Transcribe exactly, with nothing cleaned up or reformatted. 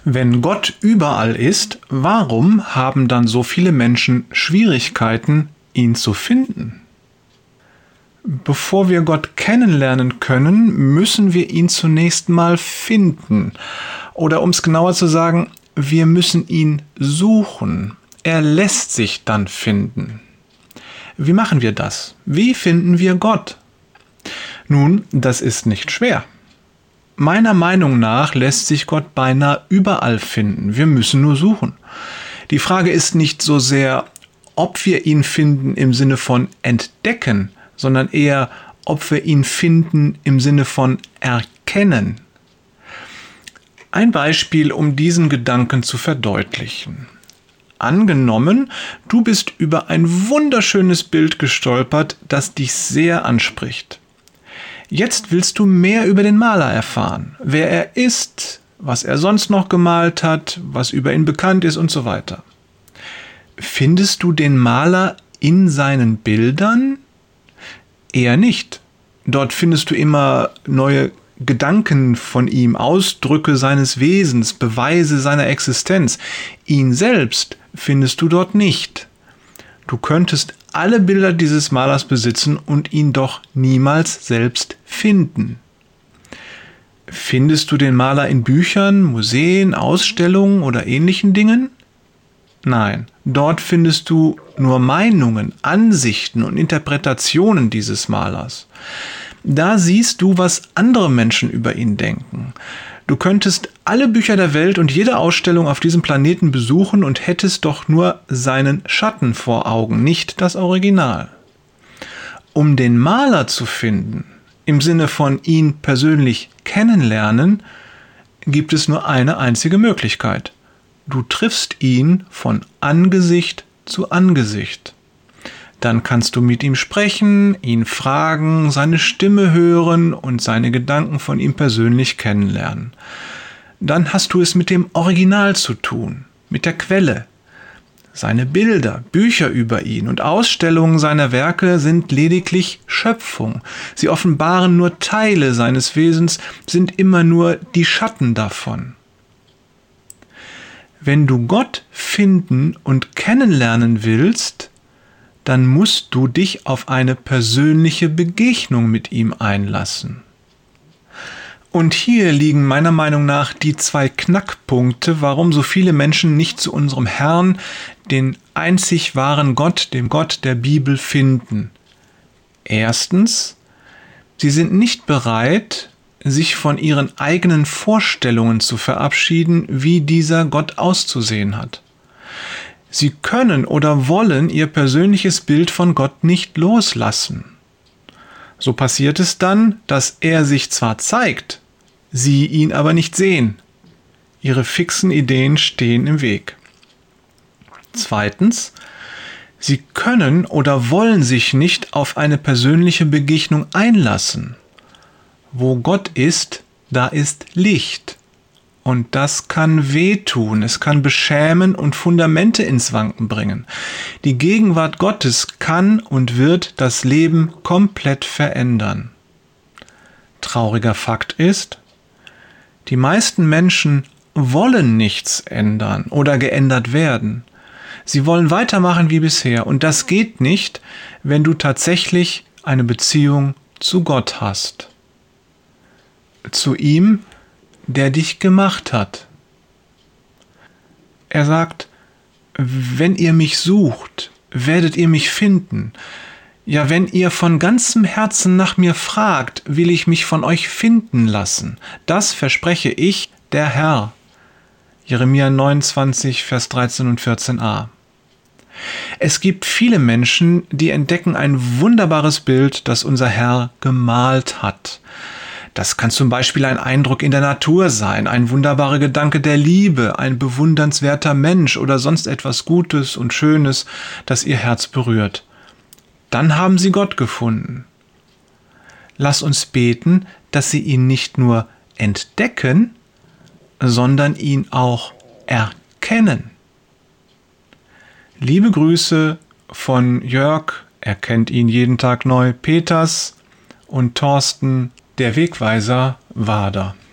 Wenn Gott überall ist, warum haben dann so viele Menschen Schwierigkeiten, ihn zu finden? Bevor wir Gott kennenlernen können, müssen wir ihn zunächst mal finden. Oder um es genauer zu sagen, wir müssen ihn suchen. Er lässt sich dann finden. Wie machen wir das? Wie finden wir Gott? Nun, das ist nicht schwer. Meiner Meinung nach lässt sich Gott beinahe überall finden. Wir müssen nur suchen. Die Frage ist nicht so sehr, ob wir ihn finden im Sinne von entdecken, sondern eher, ob wir ihn finden im Sinne von erkennen. Ein Beispiel, um diesen Gedanken zu verdeutlichen. Angenommen, du bist über ein wunderschönes Bild gestolpert, das dich sehr anspricht. Jetzt willst du mehr über den Maler erfahren, wer er ist, was er sonst noch gemalt hat, was über ihn bekannt ist und so weiter. Findest du den Maler in seinen Bildern? Eher nicht. Dort findest du immer neue Gedanken von ihm, Ausdrücke seines Wesens, Beweise seiner Existenz. Ihn selbst findest du dort nicht. Du könntest alle Bilder dieses Malers besitzen und ihn doch niemals selbst finden. Findest du den Maler in Büchern, Museen, Ausstellungen oder ähnlichen Dingen? Nein, dort findest du nur Meinungen, Ansichten und Interpretationen dieses Malers. Da siehst du, was andere Menschen über ihn denken. Du könntest alle Bücher der Welt und jede Ausstellung auf diesem Planeten besuchen und hättest doch nur seinen Schatten vor Augen, nicht das Original. Um den Maler zu finden, im Sinne von ihn persönlich kennenlernen, gibt es nur eine einzige Möglichkeit. Du triffst ihn von Angesicht zu Angesicht. Dann kannst du mit ihm sprechen, ihn fragen, seine Stimme hören und seine Gedanken von ihm persönlich kennenlernen. Dann hast du es mit dem Original zu tun, mit der Quelle. Seine Bilder, Bücher über ihn und Ausstellungen seiner Werke sind lediglich Schöpfung. Sie offenbaren nur Teile seines Wesens, sind immer nur die Schatten davon. Wenn du Gott finden und kennenlernen willst, dann musst du dich auf eine persönliche Begegnung mit ihm einlassen. Und hier liegen meiner Meinung nach die zwei Knackpunkte, warum so viele Menschen nicht zu unserem Herrn, den einzig wahren Gott, dem Gott der Bibel, finden. Erstens, sie sind nicht bereit, sich von ihren eigenen Vorstellungen zu verabschieden, wie dieser Gott auszusehen hat. Sie können oder wollen ihr persönliches Bild von Gott nicht loslassen. So passiert es dann, dass er sich zwar zeigt, sie ihn aber nicht sehen. Ihre fixen Ideen stehen im Weg. Zweitens, sie können oder wollen sich nicht auf eine persönliche Begegnung einlassen. Wo Gott ist, da ist Licht. Und das kann wehtun, es kann beschämen und Fundamente ins Wanken bringen. Die Gegenwart Gottes kann und wird das Leben komplett verändern. Trauriger Fakt ist, die meisten Menschen wollen nichts ändern oder geändert werden. Sie wollen weitermachen wie bisher und das geht nicht, wenn du tatsächlich eine Beziehung zu Gott hast. Zu ihm, der dich gemacht hat. Er sagt, wenn ihr mich sucht, werdet ihr mich finden. Ja, wenn ihr von ganzem Herzen nach mir fragt, will ich mich von euch finden lassen. Das verspreche ich, der Herr. Jeremia neunundzwanzig, Vers dreizehn und vierzehn a. Es gibt viele Menschen, die entdecken ein wunderbares Bild, das unser Herr gemalt hat. Das kann zum Beispiel ein Eindruck in der Natur sein, ein wunderbarer Gedanke der Liebe, ein bewundernswerter Mensch oder sonst etwas Gutes und Schönes, das ihr Herz berührt. Dann haben sie Gott gefunden. Lass uns beten, dass sie ihn nicht nur entdecken, sondern ihn auch erkennen. Liebe Grüße von Jörg, er kennt ihn jeden Tag neu, Peters und Thorsten, der Wegweiser Wader.